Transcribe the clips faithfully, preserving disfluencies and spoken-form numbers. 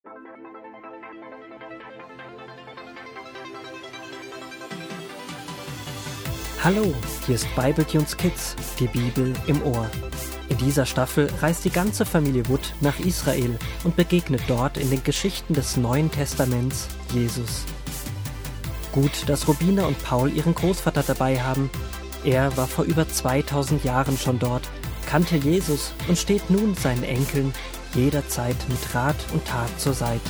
Hallo, hier ist Bibletunes Kids, die Bibel im Ohr. In dieser Staffel reist die ganze Familie Wood nach Israel und begegnet dort in den Geschichten des Neuen Testaments Jesus. Gut, dass Rubina und Paul ihren Großvater dabei haben. Er war vor über zweitausend Jahren schon dort, kannte Jesus und steht nun seinen Enkeln jederzeit mit Rat und Tat zur Seite.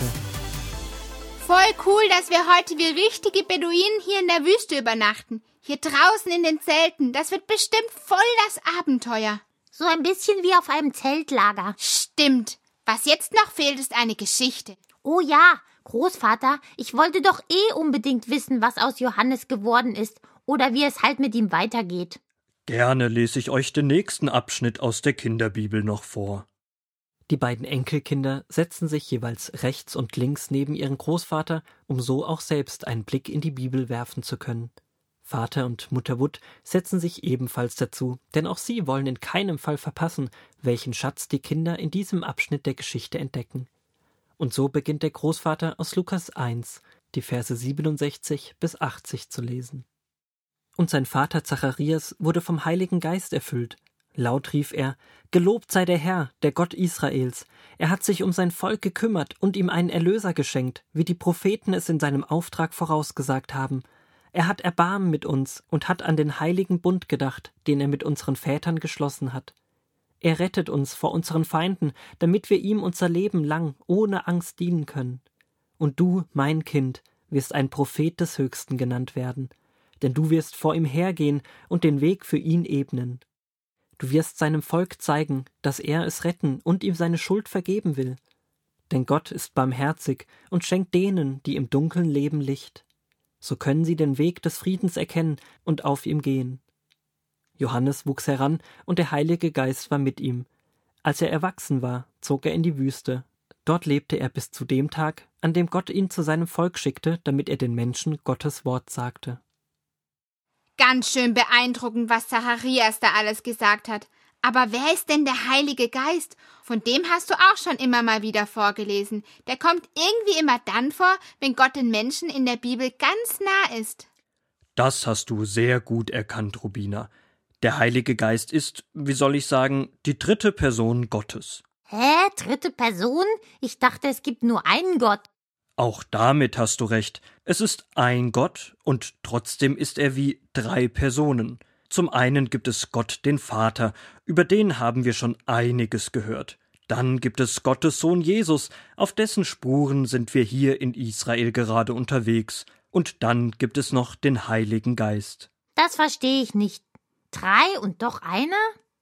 Voll cool, dass wir heute wie richtige Beduinen hier in der Wüste übernachten. Hier draußen in den Zelten. Das wird bestimmt voll das Abenteuer. So ein bisschen wie auf einem Zeltlager. Stimmt. Was jetzt noch fehlt, ist eine Geschichte. Oh ja, Großvater, ich wollte doch eh unbedingt wissen, was aus Johannes geworden ist oder wie es halt mit ihm weitergeht. Gerne lese ich euch den nächsten Abschnitt aus der Kinderbibel noch vor. Die beiden Enkelkinder setzen sich jeweils rechts und links neben ihren Großvater, um so auch selbst einen Blick in die Bibel werfen zu können. Vater und Mutter Wood setzen sich ebenfalls dazu, denn auch sie wollen in keinem Fall verpassen, welchen Schatz die Kinder in diesem Abschnitt der Geschichte entdecken. Und so beginnt der Großvater aus Lukas eins, die Verse siebenundsechzig bis achtzig zu lesen. Und sein Vater Zacharias wurde vom Heiligen Geist erfüllt. Laut rief er: Gelobt sei der Herr, der Gott Israels. Er hat sich um sein Volk gekümmert und ihm einen Erlöser geschenkt, wie die Propheten es in seinem Auftrag vorausgesagt haben. Er hat Erbarmen mit uns und hat an den heiligen Bund gedacht, den er mit unseren Vätern geschlossen hat. Er rettet uns vor unseren Feinden, damit wir ihm unser Leben lang ohne Angst dienen können. Und du, mein Kind, wirst ein Prophet des Höchsten genannt werden, denn du wirst vor ihm hergehen und den Weg für ihn ebnen. Du wirst seinem Volk zeigen, dass er es retten und ihm seine Schuld vergeben will. Denn Gott ist barmherzig und schenkt denen, die im Dunkeln leben, Licht. So können sie den Weg des Friedens erkennen und auf ihm gehen. Johannes wuchs heran und der Heilige Geist war mit ihm. Als er erwachsen war, zog er in die Wüste. Dort lebte er bis zu dem Tag, an dem Gott ihn zu seinem Volk schickte, damit er den Menschen Gottes Wort sagte. Ganz schön beeindruckend, was Zacharias da alles gesagt hat. Aber wer ist denn der Heilige Geist? Von dem hast du auch schon immer mal wieder vorgelesen. Der kommt irgendwie immer dann vor, wenn Gott den Menschen in der Bibel ganz nah ist. Das hast du sehr gut erkannt, Rubina. Der Heilige Geist ist, wie soll ich sagen, die dritte Person Gottes. Hä? Dritte Person? Ich dachte, es gibt nur einen Gott. Auch damit hast du recht. Es ist ein Gott und trotzdem ist er wie drei Personen. Zum einen gibt es Gott den Vater, über den haben wir schon einiges gehört. Dann gibt es Gottes Sohn Jesus, auf dessen Spuren sind wir hier in Israel gerade unterwegs. Und dann gibt es noch den Heiligen Geist. Das verstehe ich nicht. Drei und doch einer?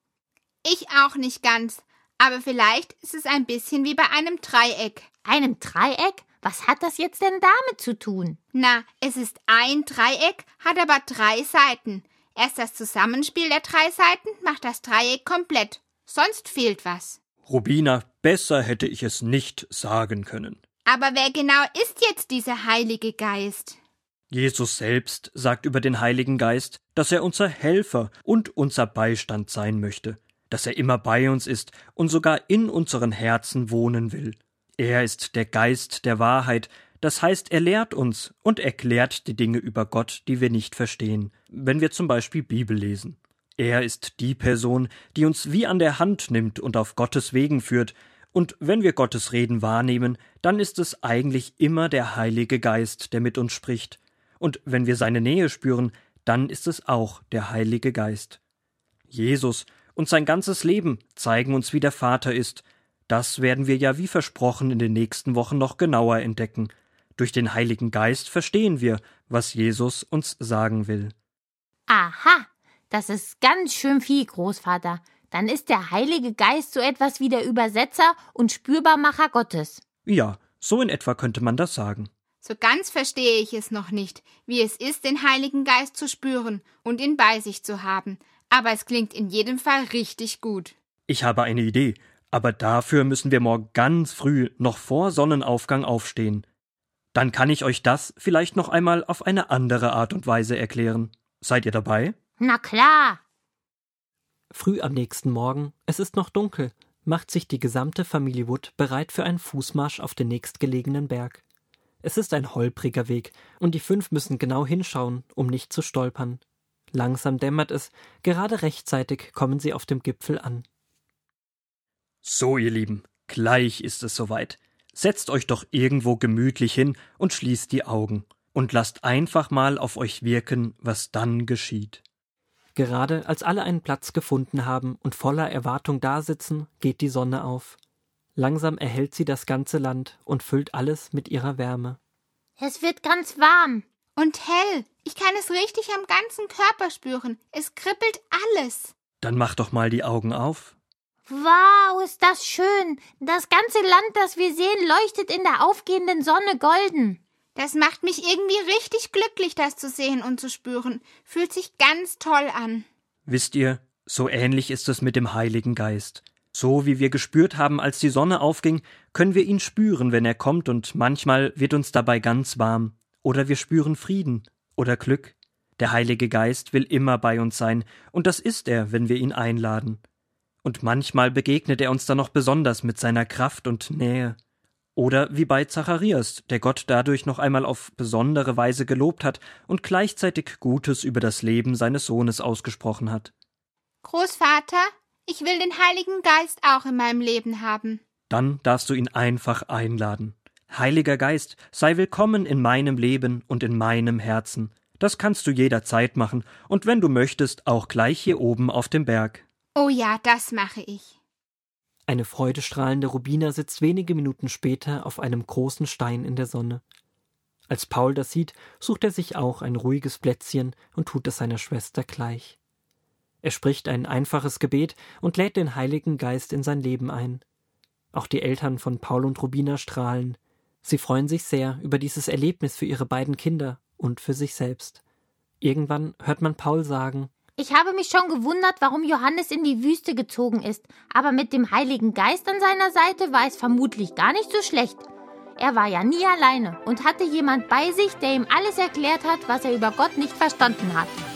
Ich auch nicht ganz. Aber vielleicht ist es ein bisschen wie bei einem Dreieck. Einem Dreieck? Was hat das jetzt denn damit zu tun? Na, es ist ein Dreieck, hat aber drei Seiten. Erst das Zusammenspiel der drei Seiten macht das Dreieck komplett. Sonst fehlt was. Rubina, besser hätte ich es nicht sagen können. Aber wer genau ist jetzt dieser Heilige Geist? Jesus selbst sagt über den Heiligen Geist, dass er unser Helfer und unser Beistand sein möchte, dass er immer bei uns ist und sogar in unseren Herzen wohnen will. Er ist der Geist der Wahrheit, das heißt, er lehrt uns und erklärt die Dinge über Gott, die wir nicht verstehen, wenn wir zum Beispiel Bibel lesen. Er ist die Person, die uns wie an der Hand nimmt und auf Gottes Wegen führt, und wenn wir Gottes Reden wahrnehmen, dann ist es eigentlich immer der Heilige Geist, der mit uns spricht. Und wenn wir seine Nähe spüren, dann ist es auch der Heilige Geist. Jesus und sein ganzes Leben zeigen uns, wie der Vater ist. Das werden wir ja wie versprochen in den nächsten Wochen noch genauer entdecken. Durch den Heiligen Geist verstehen wir, was Jesus uns sagen will. Aha, das ist ganz schön viel, Großvater. Dann ist der Heilige Geist so etwas wie der Übersetzer und Spürbarmacher Gottes. Ja, so in etwa könnte man das sagen. So ganz verstehe ich es noch nicht, wie es ist, den Heiligen Geist zu spüren und ihn bei sich zu haben. Aber es klingt in jedem Fall richtig gut. Ich habe eine Idee, aber dafür müssen wir morgen ganz früh, noch vor Sonnenaufgang, aufstehen. Dann kann ich euch das vielleicht noch einmal auf eine andere Art und Weise erklären. Seid ihr dabei? Na klar. Früh am nächsten Morgen, es ist noch dunkel, macht sich die gesamte Familie Wood bereit für einen Fußmarsch auf den nächstgelegenen Berg. Es ist ein holpriger Weg, und die fünf müssen genau hinschauen, um nicht zu stolpern. Langsam dämmert es, gerade rechtzeitig kommen sie auf dem Gipfel an. So, ihr Lieben, gleich ist es soweit. Setzt euch doch irgendwo gemütlich hin und schließt die Augen. Und lasst einfach mal auf euch wirken, was dann geschieht. Gerade als alle einen Platz gefunden haben und voller Erwartung dasitzen, geht die Sonne auf. Langsam erhellt sie das ganze Land und füllt alles mit ihrer Wärme. Es wird ganz warm. Und hell. Ich kann es richtig am ganzen Körper spüren. Es kribbelt alles. Dann mach doch mal die Augen auf. Wow, ist das schön. Das ganze Land, das wir sehen, leuchtet in der aufgehenden Sonne golden. Das macht mich irgendwie richtig glücklich, das zu sehen und zu spüren. Fühlt sich ganz toll an. Wisst ihr, so ähnlich ist es mit dem Heiligen Geist. So wie wir gespürt haben, als die Sonne aufging, können wir ihn spüren, wenn er kommt, und manchmal wird uns dabei ganz warm. Oder wir spüren Frieden oder Glück. Der Heilige Geist will immer bei uns sein, und das ist er, wenn wir ihn einladen. Und manchmal begegnet er uns dann noch besonders mit seiner Kraft und Nähe. Oder wie bei Zacharias, der Gott dadurch noch einmal auf besondere Weise gelobt hat und gleichzeitig Gutes über das Leben seines Sohnes ausgesprochen hat. Großvater, ich will den Heiligen Geist auch in meinem Leben haben. Dann darfst du ihn einfach einladen. Heiliger Geist, sei willkommen in meinem Leben und in meinem Herzen. Das kannst du jederzeit machen und wenn du möchtest, auch gleich hier oben auf dem Berg. Oh ja, das mache ich. Eine freudestrahlende Rubina sitzt wenige Minuten später auf einem großen Stein in der Sonne. Als Paul das sieht, sucht er sich auch ein ruhiges Plätzchen und tut es seiner Schwester gleich. Er spricht ein einfaches Gebet und lädt den Heiligen Geist in sein Leben ein. Auch die Eltern von Paul und Rubina strahlen. Sie freuen sich sehr über dieses Erlebnis für ihre beiden Kinder und für sich selbst. Irgendwann hört man Paul sagen: Ich habe mich schon gewundert, warum Johannes in die Wüste gezogen ist, aber mit dem Heiligen Geist an seiner Seite war es vermutlich gar nicht so schlecht. Er war ja nie alleine und hatte jemand bei sich, der ihm alles erklärt hat, was er über Gott nicht verstanden hat.